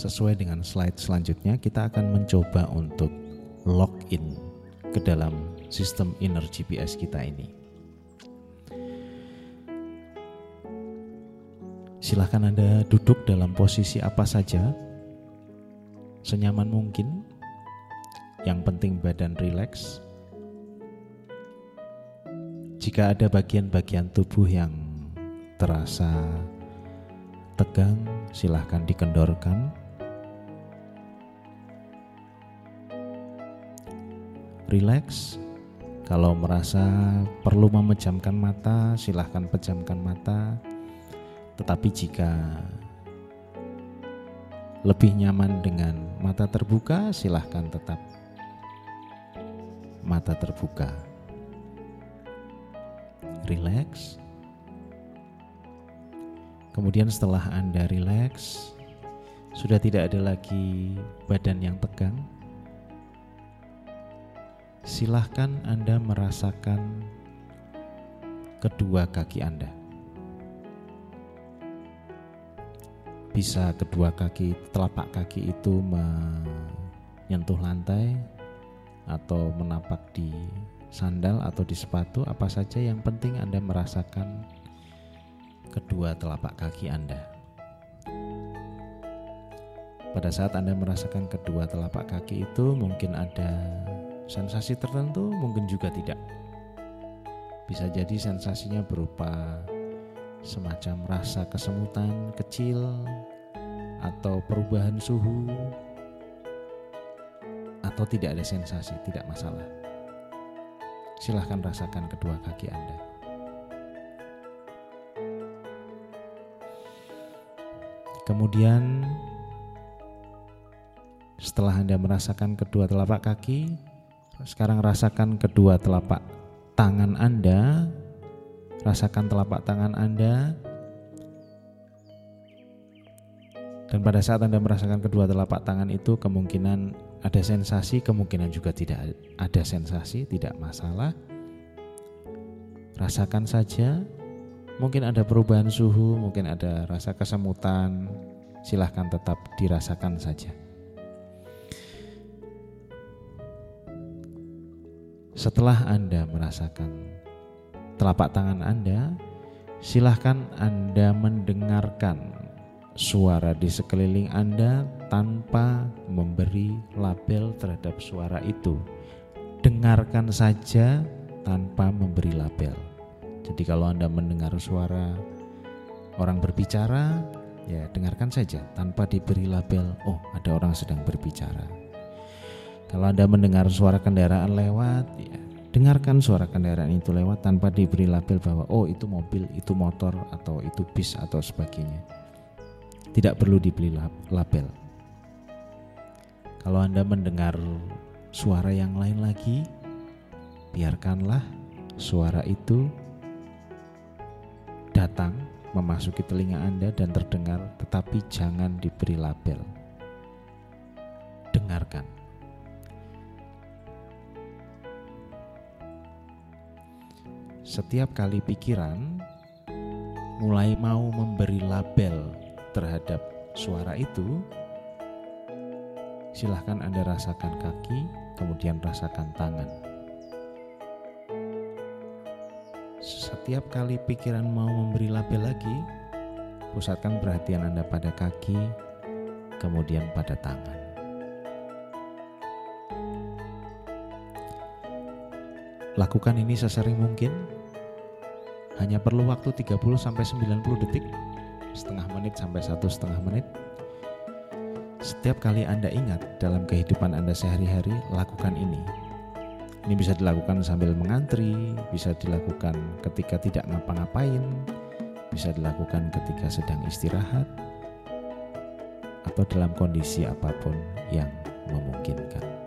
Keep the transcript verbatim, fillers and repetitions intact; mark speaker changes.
Speaker 1: sesuai dengan slide selanjutnya, kita akan mencoba untuk login ke dalam sistem inner G P S kita ini. Silahkan Anda duduk dalam posisi apa saja, senyaman mungkin. Yang penting badan rileks. Jika ada bagian-bagian tubuh yang terasa tegang, silahkan dikendorkan. Rileks. Kalau merasa perlu memejamkan mata, silahkan pejamkan mata. Tetapi jika lebih nyaman dengan mata terbuka, silahkan tetap mata terbuka. Rileks. Kemudian setelah Anda rileks, sudah tidak ada lagi badan yang tegang, silahkan Anda merasakan kedua kaki Anda. Bisa kedua kaki, telapak kaki itu menyentuh lantai atau menapak di sandal atau di sepatu, apa saja, yang penting Anda merasakan kedua telapak kaki Anda. Pada saat Anda merasakan kedua telapak kaki itu, mungkin ada sensasi tertentu, mungkin juga tidak. Bisa jadi sensasinya berupa semacam rasa kesemutan kecil atau perubahan suhu, atau tidak ada sensasi, tidak masalah. Silahkan rasakan kedua kaki Anda. Kemudian setelah Anda merasakan kedua telapak kaki, sekarang rasakan kedua telapak tangan Anda. Rasakan telapak tangan Anda. Dan pada saat Anda merasakan kedua telapak tangan itu, kemungkinan ada sensasi, kemungkinan juga tidak ada sensasi, tidak masalah. Rasakan saja. Mungkin ada perubahan suhu, mungkin ada rasa kesemutan, silahkan tetap dirasakan saja. Setelah Anda merasakan telapak tangan Anda, silahkan Anda mendengarkan suara di sekeliling Anda tanpa memberi label terhadap suara itu. Dengarkan saja tanpa memberi label. Jadi kalau Anda mendengar suara orang berbicara, ya dengarkan saja tanpa diberi label, oh ada orang sedang berbicara. Kalau Anda mendengar suara kendaraan lewat, ya dengarkan suara kendaraan itu lewat tanpa diberi label bahwa oh itu mobil, itu motor, atau itu bis atau sebagainya. Tidak perlu diberi label. Kalau Anda mendengar suara yang lain lagi, biarkanlah suara itu datang memasuki telinga Anda dan terdengar, tetapi jangan diberi label. Dengarkan. Setiap kali pikiran mulai mau memberi label terhadap suara itu, silahkan Anda rasakan kaki, kemudian rasakan tangan. Setiap kali pikiran mau memberi label lagi, pusatkan perhatian Anda pada kaki, kemudian pada tangan. Lakukan ini sesering mungkin. Hanya perlu waktu tiga puluh sampai sembilan puluh detik, setengah menit sampai satu setengah menit. Setiap kali Anda ingat dalam kehidupan Anda sehari-hari, lakukan ini. Ini bisa dilakukan sambil mengantri, bisa dilakukan ketika tidak ngapa-ngapain, bisa dilakukan ketika sedang istirahat, atau dalam kondisi apapun yang memungkinkan.